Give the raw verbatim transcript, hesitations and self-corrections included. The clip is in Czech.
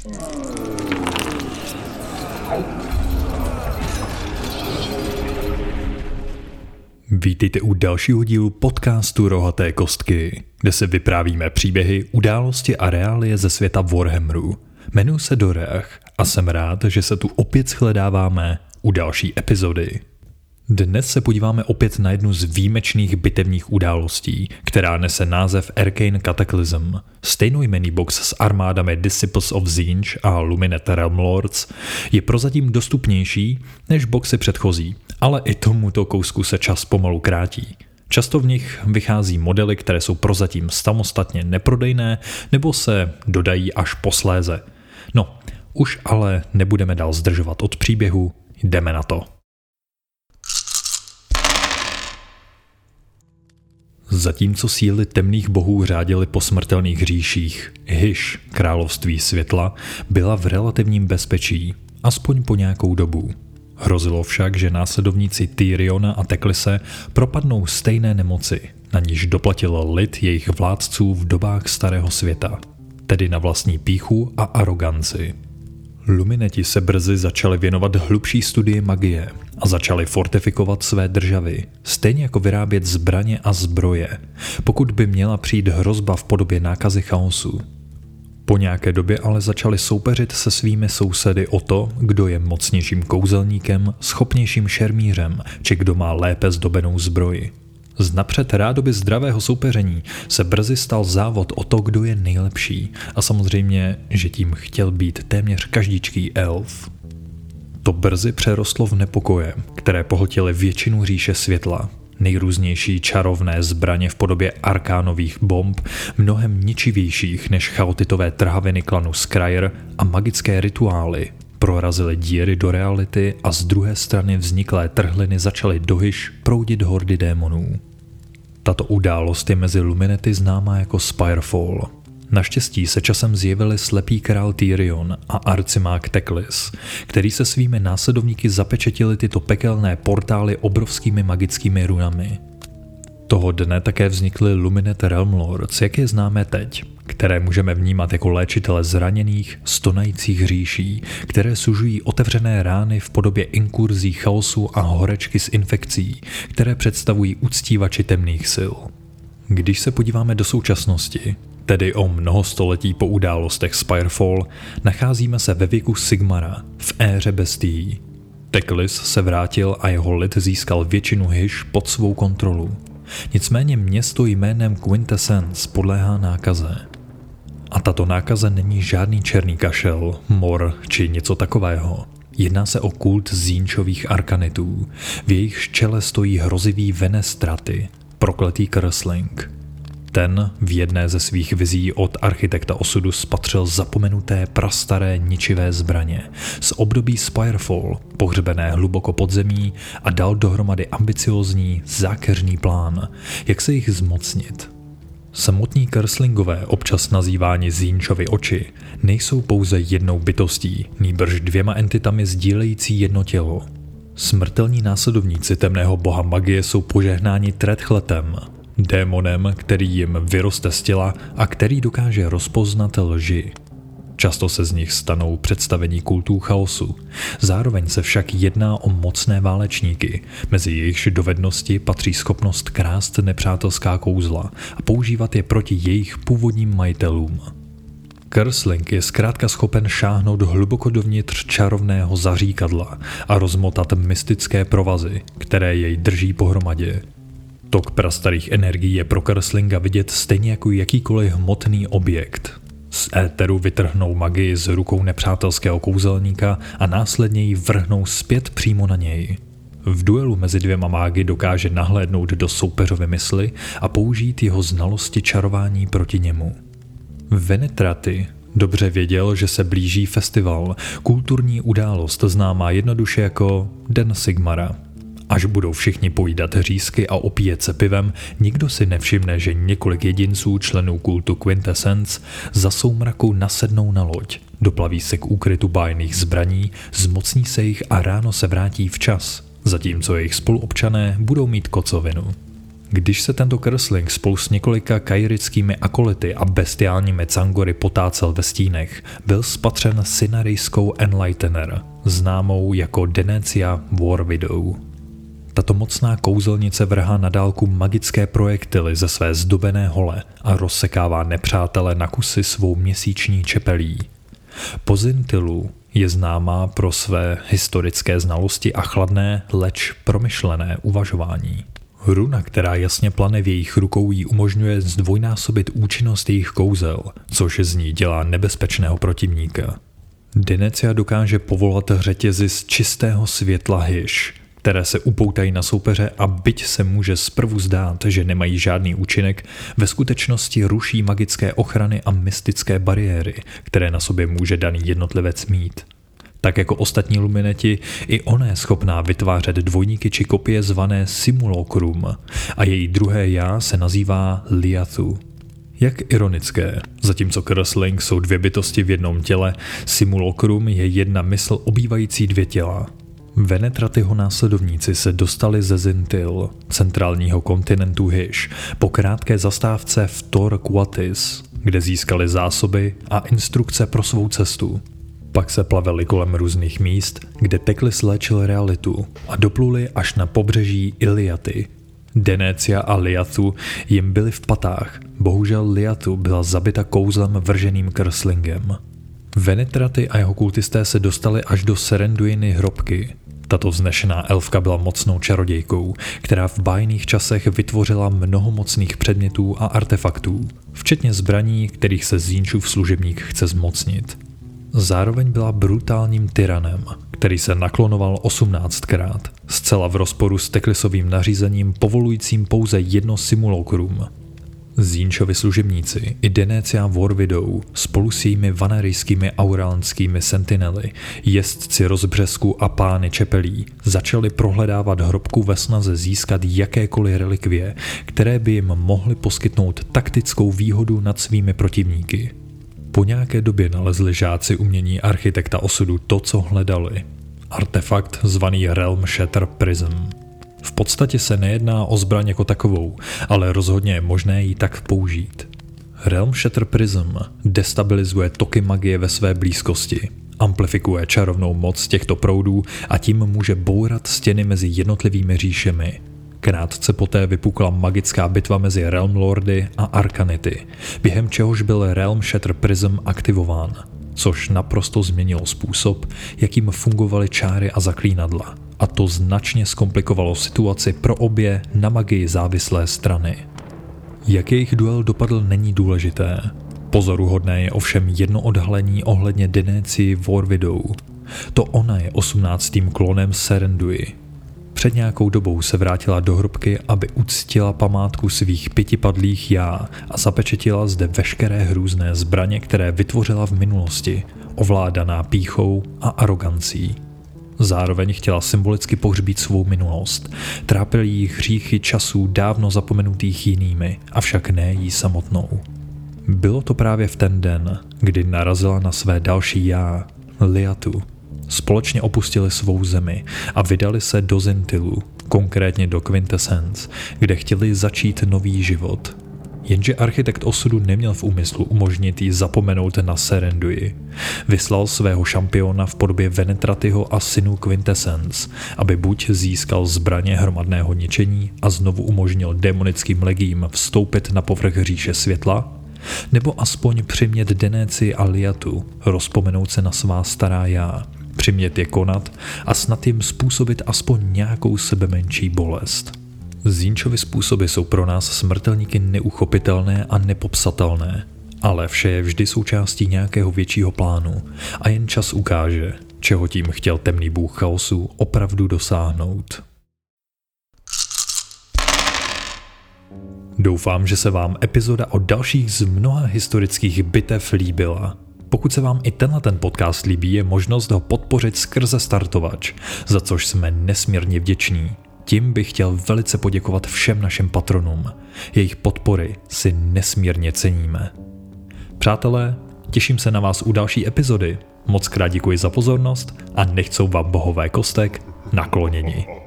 Vítejte u dalšího dílu podcastu Rohaté kostky, kde se vyprávíme příběhy, události a reálie ze světa Warhammeru. Jmenuji se Dorech a jsem rád, že se tu opět shledáváme u další epizody. Dnes se podíváme opět na jednu z výjimečných bitevních událostí, která nese název Arcane Cataclysm. Stejnojmenný box s armádami Disciples of Tzeentch a Lumineth Realmlords je prozatím dostupnější než boxy předchozí, ale i tomuto kousku se čas pomalu krátí. Často v nich vychází modely, které jsou prozatím samostatně neprodejné nebo se dodají až posléze. No, už ale nebudeme dál zdržovat od příběhu, jdeme na to. Zatímco síly temných bohů řádily po smrtelných říších, Hyš, království světla, byla v relativním bezpečí, aspoň po nějakou dobu. Hrozilo však, že následovníci Tyriona a Teclise propadnou stejné nemoci, na níž doplatil lid jejich vládců v dobách starého světa, tedy na vlastní pýchu a aroganci. Lumineti se brzy začali věnovat hlubší studii magie a začali fortifikovat své državy, stejně jako vyrábět zbraně a zbroje, pokud by měla přijít hrozba v podobě nákazy chaosu. Po nějaké době ale začali soupeřit se svými sousedy o to, kdo je mocnějším kouzelníkem, schopnějším šermířem, či kdo má lépe zdobenou zbroji. Z napřed rádoby zdravého soupeření se brzy stal závod o to, kdo je nejlepší, a samozřejmě, že tím chtěl být téměř každičký elf. To brzy přerostlo v nepokoje, které pohltily většinu říše světla. Nejrůznější čarovné zbraně v podobě arkánových bomb, mnohem ničivějších než chaotitové trhaviny klanu Skryre a magické rituály prorazily díry do reality a z druhé strany vzniklé trhliny začaly do Hyš proudit hordy démonů. Tato událost je mezi Luminety známá jako Spirefall. Naštěstí se časem zjevili slepý král Tyrion a arcimák Teclis, který se svými následovníky zapečetili tyto pekelné portály obrovskými magickými runami. Toho dne také vznikly Lumineth Realmlords, jak je známe teď, které můžeme vnímat jako léčitele zraněných, stonajících říší, které sužují otevřené rány v podobě inkurzí chaosu a horečky z infekcí, které představují uctívači temných sil. Když se podíváme do současnosti, tedy o mnoho století po událostech Spirefall, nacházíme se ve věku Sigmara, v éře bestií. Teclis se vrátil a jeho lid získal většinu Hyš pod svou kontrolu. Nicméně město jménem Quintessence podléhá nákaze. A tato nákaze není žádný černý kašel, mor či něco takového. Jedná se o kult Tzeentchových arkanitů. V jejich čele stojí hrozivý Venestraty, prokletý Cursling. Ten v jedné ze svých vizí od architekta osudu spatřil zapomenuté prastaré ničivé zbraně z období Spirefall, pohřbené hluboko pod zemí, a dal dohromady ambiciózní, zákeřný plán, jak se jich zmocnit. Samotní Curslingové, občas nazýváni Tzeentchovy oči, nejsou pouze jednou bytostí, nýbrž dvěma entitami sdílející jedno tělo. Smrtelní následovníci temného boha magie jsou požehnáni Tretchletem, démonem, který jim vyroste z těla a který dokáže rozpoznat lži. Často se z nich stanou představení kultů chaosu. Zároveň se však jedná o mocné válečníky, mezi jejichž dovednosti patří schopnost krást nepřátelská kouzla a používat je proti jejich původním majitelům. Cursling je zkrátka schopen šáhnout hluboko dovnitř čarovného zaříkadla a rozmotat mystické provazy, které jej drží pohromadě. Tok prastarých energií je pro Curslinga vidět stejně jako jakýkoliv hmotný objekt. Z éteru vytrhnou magii z rukou nepřátelského kouzelníka a následně ji vrhnou zpět přímo na něj. V duelu mezi dvěma mágy dokáže nahlédnout do soupeřovy mysli a použít jeho znalosti čarování proti němu. Venetraty dobře věděl, že se blíží festival, kulturní událost známá jednoduše jako Den Sigmara. Až budou všichni pojídat řízky a opíjet se pivem, nikdo si nevšimne, že několik jedinců členů kultu Quintessence za soumraku nasednou na loď, doplaví se k úkrytu bájných zbraní, zmocní se jich a ráno se vrátí včas, zatímco jejich spoluobčané budou mít kocovinu. Když se tento krsling spolu s několika kairickými akolity a bestiálními cangory potácel ve stínech, byl spatřen synarijskou Enlightener, známou jako Denecia War Widow. Tato mocná kouzelnice vrhá na dálku magické projektily ze své zdobené hole a rozsekává nepřátele na kusy svou měsíční čepelí. Po Zintilu je známá pro své historické znalosti a chladné, leč promyšlené uvažování. Runa, která jasně plane v jejich rukou, jí umožňuje zdvojnásobit účinnost jejich kouzel, což z ní dělá nebezpečného protivníka. Denecia dokáže povolat řetězy z čistého světla Hish, které se upoutají na soupeře a byť se může zprvu zdát, že nemají žádný účinek, ve skutečnosti ruší magické ochrany a mystické bariéry, které na sobě může daný jednotlivec mít. Tak jako ostatní lumineti, i ona je schopná vytvářet dvojníky či kopie zvané Simulacrum a její druhé já se nazývá Liathu. Jak ironické, zatímco Krsling jsou dvě bytosti v jednom těle, Simulacrum je jedna mysl obývající dvě těla. Venetratyho následovníci se dostali ze Zintil, centrálního kontinentu Hish, po krátké zastávce v Tor Quatis, kde získali zásoby a instrukce pro svou cestu. Pak se plavili kolem různých míst, kde Teklis léčil realitu a dopluli až na pobřeží Iliaty. Denecia a Liathu jim byli v patách, bohužel Liathu byla zabita kouzlem vrženým Krslingem. Venetraty a jeho kultisté se dostali až do Serenduiny hrobky. Tato vznešená elfka byla mocnou čarodějkou, která v bájných časech vytvořila mnoho mocných předmětů a artefaktů, včetně zbraní, kterých se Zinčův služebník chce zmocnit. Zároveň byla brutálním tyranem, který se naklonoval osmnáctkrát, zcela v rozporu s Teklisovým nařízením povolujícím pouze jedno simulacrum. Zinčovi služebníci i Denecia War Widow spolu s jejími vanarijskými auránskými sentinely, jezdci rozbřesku a pány čepelí začali prohledávat hrobku ve snaze získat jakékoliv relikvie, které by jim mohly poskytnout taktickou výhodu nad svými protivníky. Po nějaké době nalezli žáci umění architekta osudu to, co hledali. Artefakt zvaný Realm Shatter Prism. V podstatě se nejedná o zbraň jako takovou, ale rozhodně je možné ji tak použít. Realm Shatter Prism destabilizuje toky magie ve své blízkosti, amplifikuje čarovnou moc těchto proudů a tím může bourat stěny mezi jednotlivými říšemi. Krátce poté vypukla magická bitva mezi Realm Lordy a Arkanity, během čehož byl Realm Shatter Prism aktivován, což naprosto změnilo způsob, jakým fungovaly čáry a zaklínadla. A to značně zkomplikovalo situaci pro obě na magii závislé strany. Jak jejich duel dopadl, není důležité. Pozoruhodné je ovšem jedno odhalení ohledně Denecii War Widow. To ona je osmnáctým klonem Serendui. Před nějakou dobou se vrátila do hrobky, aby uctila památku svých pěti padlých já a zapečetila zde veškeré hrůzné zbraně, které vytvořila v minulosti, ovládaná pýchou a arogancí. Zároveň chtěla symbolicky pohřbít svou minulost. Trápily jí hříchy časů dávno zapomenutých jinými, avšak ne jí samotnou. Bylo to právě v ten den, kdy narazila na své další já, Liathu. Společně opustili svou zemi a vydali se do Zintilu, konkrétně do Quintessence, kde chtěli začít nový život. Jenže architekt osudu neměl v úmyslu umožnit jí zapomenout na Serendui. Vyslal svého šampiona v podobě Venetratyho a synů Quintessence, aby buď získal zbraně hromadného ničení a znovu umožnil démonickým legím vstoupit na povrch říše světla, nebo aspoň přimět Denecii a Liathu rozpomenout se na svá stará já, přimět je konat a snad jim způsobit aspoň nějakou sebemenší bolest. Zinčovy způsoby jsou pro nás smrtelníky neuchopitelné a nepopsatelné, ale vše je vždy součástí nějakého většího plánu a jen čas ukáže, čeho tím chtěl temný bůh chaosu opravdu dosáhnout. Doufám, že se vám epizoda o dalších z mnoha historických bitev líbila. Pokud se vám i tenhle ten podcast líbí, je možnost ho podpořit skrze startovač, za což jsme nesmírně vděční. Tím bych chtěl velice poděkovat všem našim patronům. Jejich podpory si nesmírně ceníme. Přátelé, těším se na vás u další epizody. Moc krát děkuji za pozornost a nechť jsou vám bohové kostek nakloněni.